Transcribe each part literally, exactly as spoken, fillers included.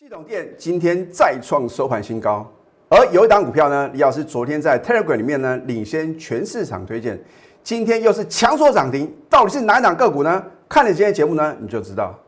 系统店今天再创收盘新高，而有一档股票呢，李老师昨天在 Telegram 里面呢领先全市场推荐，今天又是强缩涨停，到底是哪一档个股呢？看了今天节目呢，你就知道。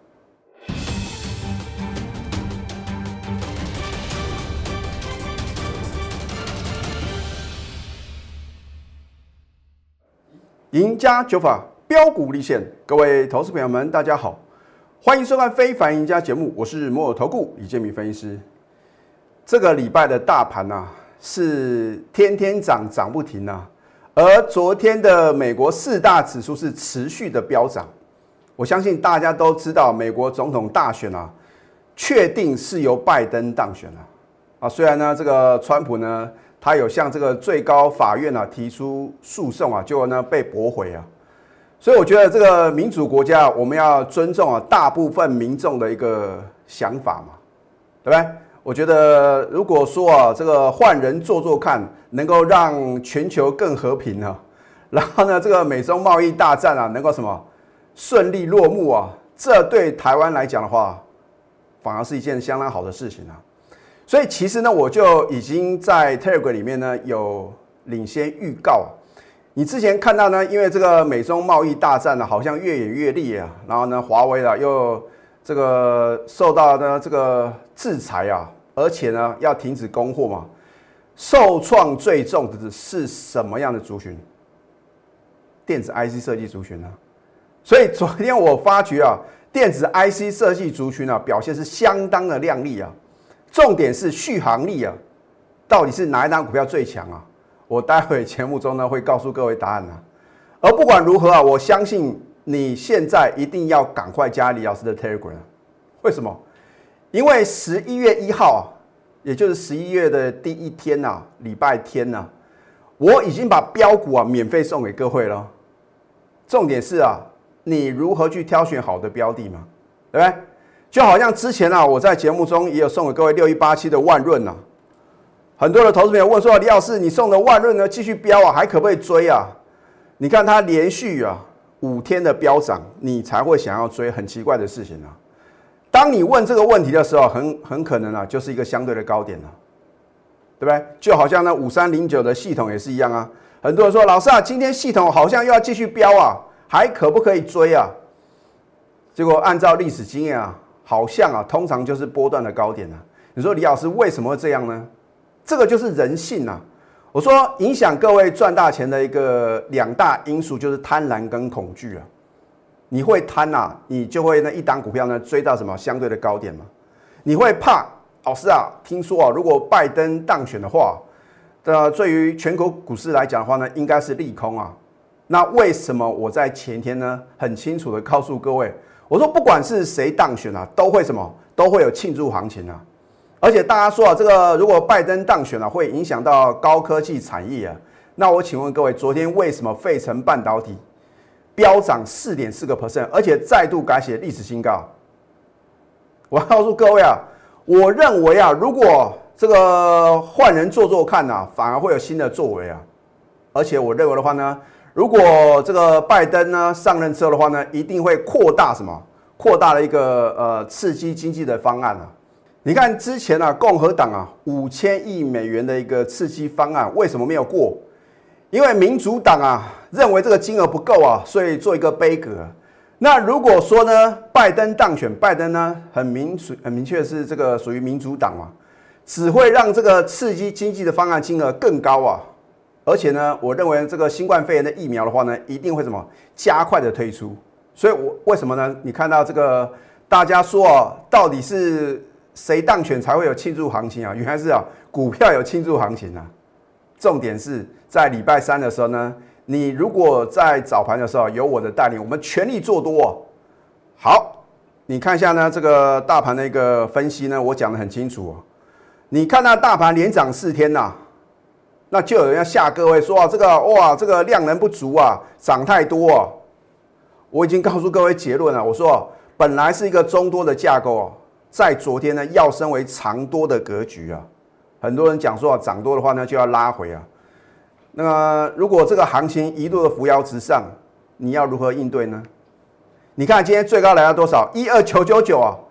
赢家九法标股立现，各位投资朋友们，大家好。欢迎收看《非凡赢家》节目，我是摩尔投顾李建民分析师。这个礼拜的大盘啊，是天天涨，涨不停啊。而昨天的美国四大指数是持续的飙涨。我相信大家都知道，美国总统大选啊，确定是由拜登当选了啊。虽然呢，这个川普呢，他有向这个最高法院啊提出诉讼啊，结果呢被驳回啊。所以我觉得这个民主国家，我们要尊重啊大部分民众的一个想法嘛，对不对？我觉得如果说啊这个换人做做看，能够让全球更和平啊，然后呢这个美中贸易大战啊能够什么顺利落幕啊，这对台湾来讲的话，反而是一件相当好的事情啊。所以其实呢，我就已经在 Telegram 里面呢有领先预告啊。你之前看到呢，因为这个美中贸易大战呢，好像越演越烈啊，然后呢，华为啊又这个受到呢这个制裁啊，而且呢要停止供货嘛，受创最重的是什么样的族群？电子 I C 设计族群呢？所以昨天我发觉啊，电子 I C 设计族群啊表现是相当的亮丽啊，重点是续航力啊，到底是哪一档股票最强啊？我待会节目中呢会告诉各位答案啊，而不管如何啊，我相信你现在一定要赶快加李老师的 Telegram。为什么？因为十一月一号啊，也就是十一月的第一天呐、啊，礼拜天呐、啊，我已经把标股啊免费送给各位了。重点是啊，你如何去挑选好的标的嘛，对不对？就好像之前啊，我在节目中也有送给各位六一八七的万润呐。很多的投资朋友问说，李老师，你送的万润呢继续飙啊，还可不可以追啊？你看它连续啊五天的飙涨，你才会想要追，很奇怪的事情啊。当你问这个问题的时候，很很可能啊就是一个相对的高点啊，对不对？就好像呢五三零九的系统也是一样啊。很多人说，老师啊，今天系统好像又要继续飙啊，还可不可以追啊？结果按照历史经验啊，好像啊通常就是波段的高点啊。你说李老师为什么会这样呢？这个就是人性啊！我说影响各位赚大钱的一个两大因素就是贪婪跟恐惧啊。你会贪啊，你就会那一档股票呢追到什么相对的高点嘛？你会怕，老师啊，听说啊，如果拜登当选的话，呃，对于全国股市来讲的话呢，应该是利空啊。那为什么我在前天呢很清楚的告诉各位，我说不管是谁当选啊，都会什么，都会有庆祝行情啊。而且大家说啊，这个如果拜登当选了、啊，会影响到高科技产业啊。那我请问各位，昨天为什么费城半导体飙涨 百分之四点四， 而且再度改写历史新高？我要告诉各位啊，我认为啊，如果这个换人做做看啊，反而会有新的作为啊。而且我认为的话呢，如果这个拜登呢上任之后的话呢，一定会扩大什么？扩大了一个呃刺激经济的方案啊。你看之前啊，共和党啊五千亿美元的一个刺激方案，为什么没有过？因为民主党啊认为这个金额不够啊，所以做一个杯葛。那如果说呢，拜登当选，拜登呢很明很明确是这个属于民主党嘛，只会让这个刺激经济的方案金额更高啊。而且呢，我认为这个新冠肺炎的疫苗的话呢，一定会什么加快的推出。所以我为什么呢？你看到这个大家说啊，到底是谁当选才会有庆祝行情啊？原来是啊，股票有庆祝行情啊。重点是在礼拜三的时候呢，你如果在早盘的时候有我的带领，我们全力做多、哦。好，你看一下呢，这个大盘的一个分析呢，我讲得很清楚哦。你看那大盘连涨四天呐、啊，那就有人要吓各位说啊，这个哇，这个量能不足啊，涨太多啊。我已经告诉各位结论了，我说本来是一个中多的架构哦。在昨天呢，要升为长多的格局啊，很多人讲说啊，涨多的话呢就要拉回啊。那么如果这个行情一路的扶摇直上，你要如何应对呢？你看今天最高来到多少？一二九九九啊，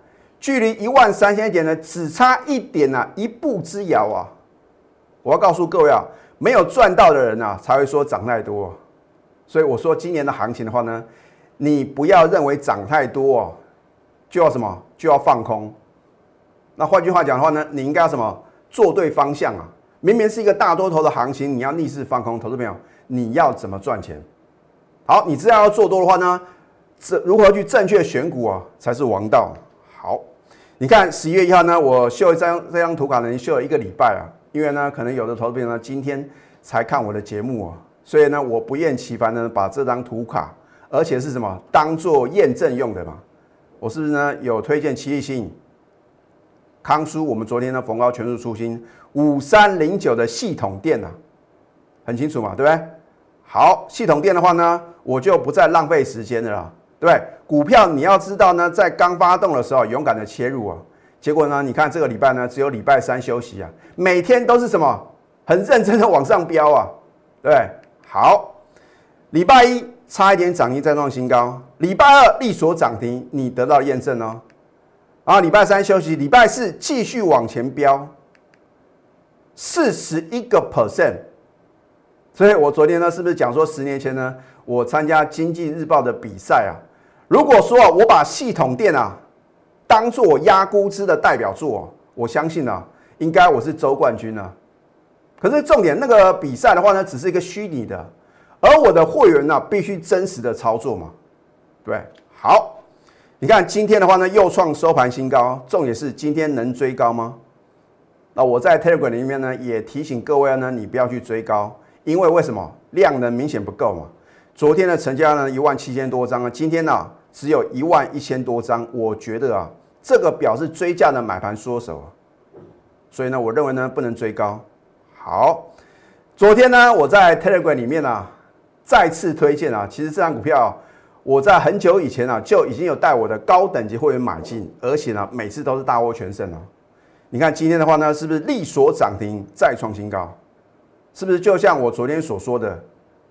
距离一万三千点呢，只差一点啊，一步之遥啊！我要告诉各位啊，没有赚到的人啊，才会说涨太多、啊。所以我说，今年的行情的话呢，你不要认为涨太多哦，就要什么就要放空。那换句话讲的话呢，你应该要什么做对方向啊？明明是一个大多头的行情，你要逆势放空，投资朋友，你要怎么赚钱？好，你知道要做多的话呢，这如何去正确选股啊，才是王道。好，你看十一月一号呢，我秀这张这张图卡呢，秀了一个礼拜啊，因为呢，可能有的投资朋友呢今天才看我的节目啊，所以呢，我不厌其烦呢把这张图卡，而且是什么当做验证用的嘛？我是不是呢有推荐奇力新、康舒？我们昨天呢逢高全数出清五三零九的系统店啊，很清楚嘛，对不对？好，系统店的话呢，我就不再浪费时间了啦，对不对？股票你要知道呢，在刚发动的时候勇敢的切入啊，结果呢，你看这个礼拜呢，只有礼拜三休息啊，每天都是什么很认真的往上飙啊，对不对？好，礼拜一差一点涨停再创新高，礼拜二力所涨停，你得到验证哦。然后礼拜三休息，礼拜四继续往前飙，四十一个 percent。所以我昨天呢，是不是讲说十年前呢，我参加经济日报的比赛啊？如果说我把系统店啊当做我压估值的代表作，我相信啊，应该我是周冠军啊。可是重点，那个比赛的话呢，只是一个虚拟的，而我的会员呢、啊，必须真实的操作嘛，对。好，你看今天的话呢，又创收盘新高，重点是今天能追高吗？那我在 Telegram 里面呢，也提醒各位呢，你不要去追高。因为为什么量能明显不够嘛？昨天的成交呢一万七千多张啊，今天呢、啊、只有一万一千多张，我觉得啊，这个表示追价的买盘缩手啊，所以呢，我认为呢不能追高。好，昨天呢我在 Telegram 里面啊再次推荐啊，其实这张股票、啊、我在很久以前啊就已经有带我的高等级会员买进，而且呢每次都是大获全胜啊。你看今天的话呢，是不是力所涨停再创新高？是不是就像我昨天所说的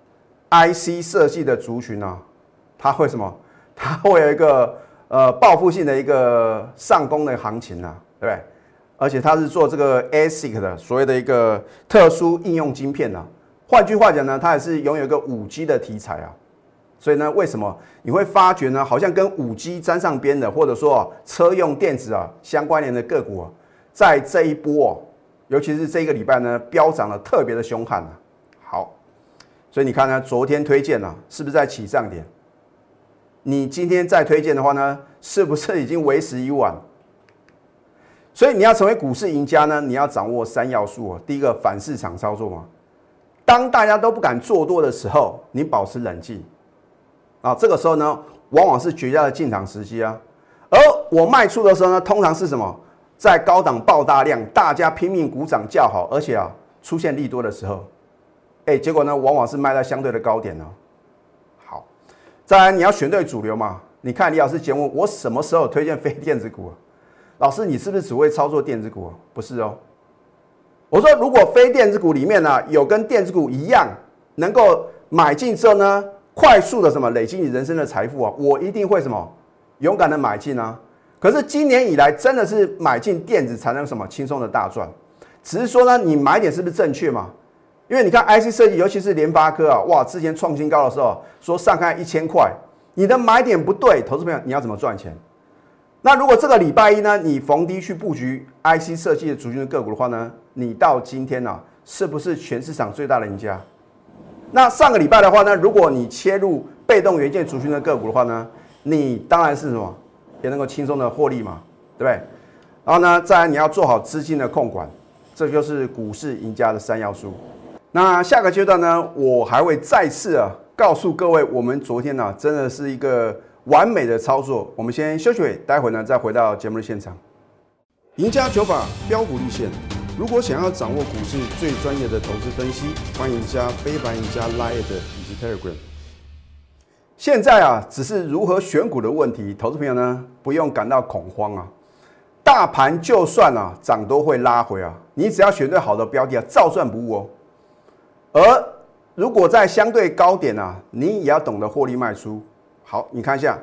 ，I C 设计的族群啊，它会什么？它会有一个呃报复性的一个上攻的行情啊，对不对？而且它是做这个 A S I C 的所谓的一个特殊应用晶片啊。换句话讲呢，它也是拥有一个五 G 的题材啊。所以呢，为什么你会发觉呢？好像跟五 G 沾上边的，或者说、啊、车用电子啊相关联的个股啊，在这一波、哦。尤其是这个礼拜呢，飙涨了特别的凶悍啊。好，所以你看呢，昨天推荐啊，是不是在起涨点？你今天再推荐的话呢，是不是已经为时已晚？所以你要成为股市赢家呢，你要掌握三要素啊。第一个，反市场操作嘛。当大家都不敢做多的时候，你保持冷静啊。这个时候呢，往往是绝佳的进场时机啊。而我卖出的时候呢，通常是什么？在高档爆大量，大家拼命鼓掌叫好，而且啊出现利多的时候，哎，结果呢往往是卖在相对的高点哦。好，再来你要选对主流嘛？你看李老师节目，我什么时候推荐非电子股啊？老师，你是不是只会操作电子股啊？不是哦。我说，如果非电子股里面呢、啊、有跟电子股一样能够买进之后呢，快速的什么累积你人生的财富啊，我一定会什么勇敢的买进啊。可是今年以来真的是买进电子才能什么轻松的大赚，只是说呢，你买点是不是正确嘛？因为你看 I C 设计，尤其是联发科啊，哇，之前创新高的时候说上看一千块，你的买点不对，投资朋友你要怎么赚钱？那如果这个礼拜一呢，你逢低去布局 I C 设计的族群的个股的话呢，你到今天呢、啊，是不是全市场最大的赢家？那上个礼拜的话呢，如果你切入被动元件族群的个股的话呢，你当然是什么？也能够轻松的获利嘛，对不对？然后呢，再来你要做好资金的控管，这就是股市赢家的三要素。那下个阶段呢，我还会再次啊告诉各位，我们昨天呢、啊、真的是一个完美的操作。我们先休息会，待会呢再回到节目的现场。赢家九法标股立线，如果想要掌握股市最专业的投资分析，欢迎加非凡赢家 Line 以及 Telegram。现在啊，只是如何选股的问题，投资朋友呢不用感到恐慌啊。大盘就算啊涨多会拉回啊，你只要选对好的标的啊，照赚不误哦。而如果在相对高点啊，你也要懂得获利卖出。好，你看一下，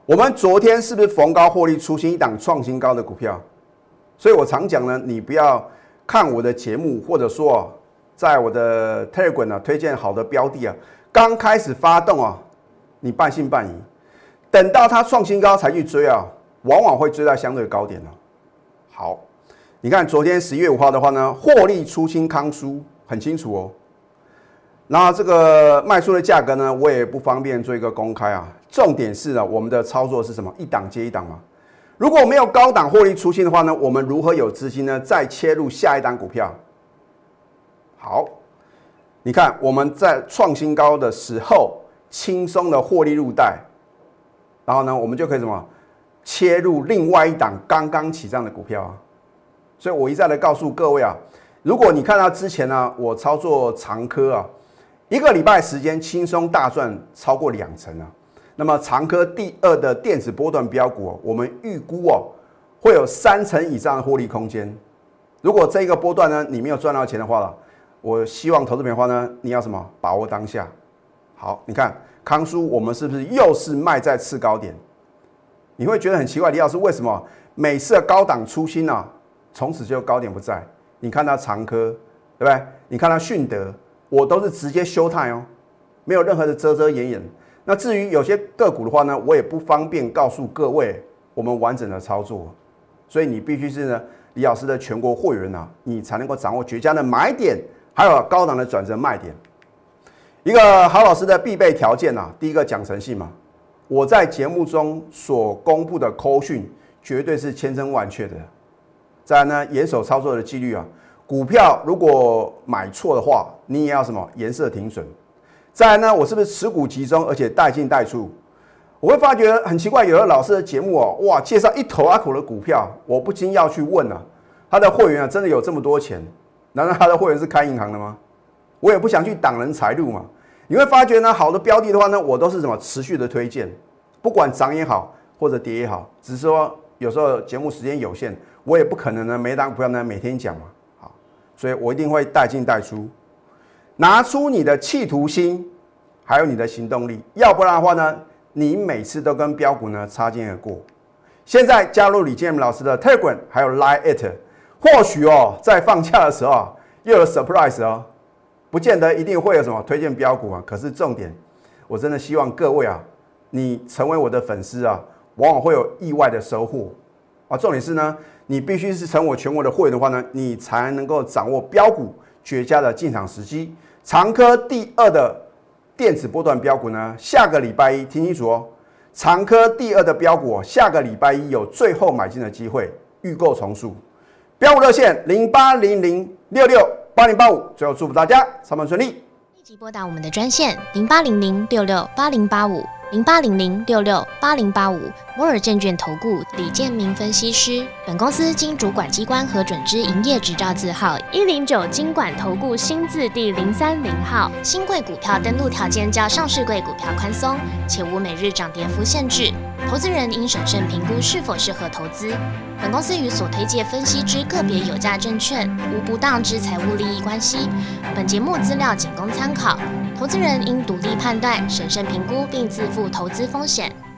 我们昨天是不是逢高获利出新一档创新高的股票？所以我常讲呢，你不要看我的节目，或者说在我的 Telegram 啊推荐好的标的啊，刚开始发动啊，你半信半疑，等到它创新高才去追啊，往往会追在相对高点哦。好，你看昨天十一月五号的话呢，获利出清康舒很清楚哦。然后这个卖出的价格呢，我也不方便做一个公开啊。重点是呢，我们的操作是什么？一档接一档嘛。如果没有高档获利出清的话呢，我们如何有资金呢？再切入下一档股票？好，你看我们在创新高的时候，轻松的获利入袋，然后呢，我们就可以什么？切入另外一档刚刚起涨的股票啊。所以我一再的告诉各位啊，如果你看到之前呢，我操作长科啊，一个礼拜时间轻松大赚超过两成啊。那么长科第二的电子波段标股、哦，我们预估哦会有三成以上的获利空间。如果这个波段呢你没有赚到钱的话，我希望投资朋友的话呢，你要什么把握当下。好，你看康舒我们是不是又是卖在次高点？你会觉得很奇怪，李老师为什么每次的高档出新啊，从此就高点不在？你看它长科，对不对？你看它迅德，我都是直接休态哦，没有任何的遮遮掩掩。那至于有些个股的话呢，我也不方便告诉各位我们完整的操作，所以你必须是呢李老师的全国会员啊，你才能够掌握绝佳的买点，还有高档的转折卖点。一个好老师的必备条件啊，第一个讲诚信嘛，我在节目中所公布的扣讯绝对是千真万确的。再来呢，严守操作的纪律啊，股票如果买错的话，你也要什么颜色停损。再来呢，我是不是持股集中，而且带进带出？我会发觉很奇怪，有的老师的节目哦，哇，介绍一头阿口的股票，我不禁要去问啊，他的会员啊，真的有这么多钱？难道他的会员是开银行的吗？我也不想去挡人财路嘛。你会发觉呢，好的标的的话呢，我都是什么持续的推荐，不管涨也好，或者跌也好，只是说有时候节目时间有限，我也不可能呢每档股票呢每天讲嘛，好，所以我一定会带进带出。拿出你的企图心，还有你的行动力，要不然的话呢，你每次都跟标股呢擦肩而过。现在加入李建明老师的 Telegram 还有 Line it， 或许哦，在放假的时候啊，又有 surprise 哦，不见得一定会有什么推荐标股啊。可是重点，我真的希望各位啊，你成为我的粉丝啊，往往会有意外的收获啊。重点是呢，你必须是成我全国的会员的话呢，你才能够掌握标股绝佳的进场时机。长科第二的电子波段标股呢，下个礼拜一听清楚哦。长科第二的标股、哦，下个礼拜一有最后买进的机会，预购重数。标股热线零八零零六六八零八五。最后祝福大家上班顺利。 立即拨打我们的专线零八零零六六八零八五零八零零六六八零八五。摩尔证券投顾李建明分析师。本公司经主管机关核准之营业执照字号一零九金管投顾新字第零三零号。新贵股票登录条件较上市贵股票宽松，且无每日涨跌幅限制。投资人应审慎评估是否适合投资。本公司与所推介分析之个别有价证券无不当之财务利益关系。本节目资料仅供参考，投资人应独立判断、审慎评估并自负投资风险。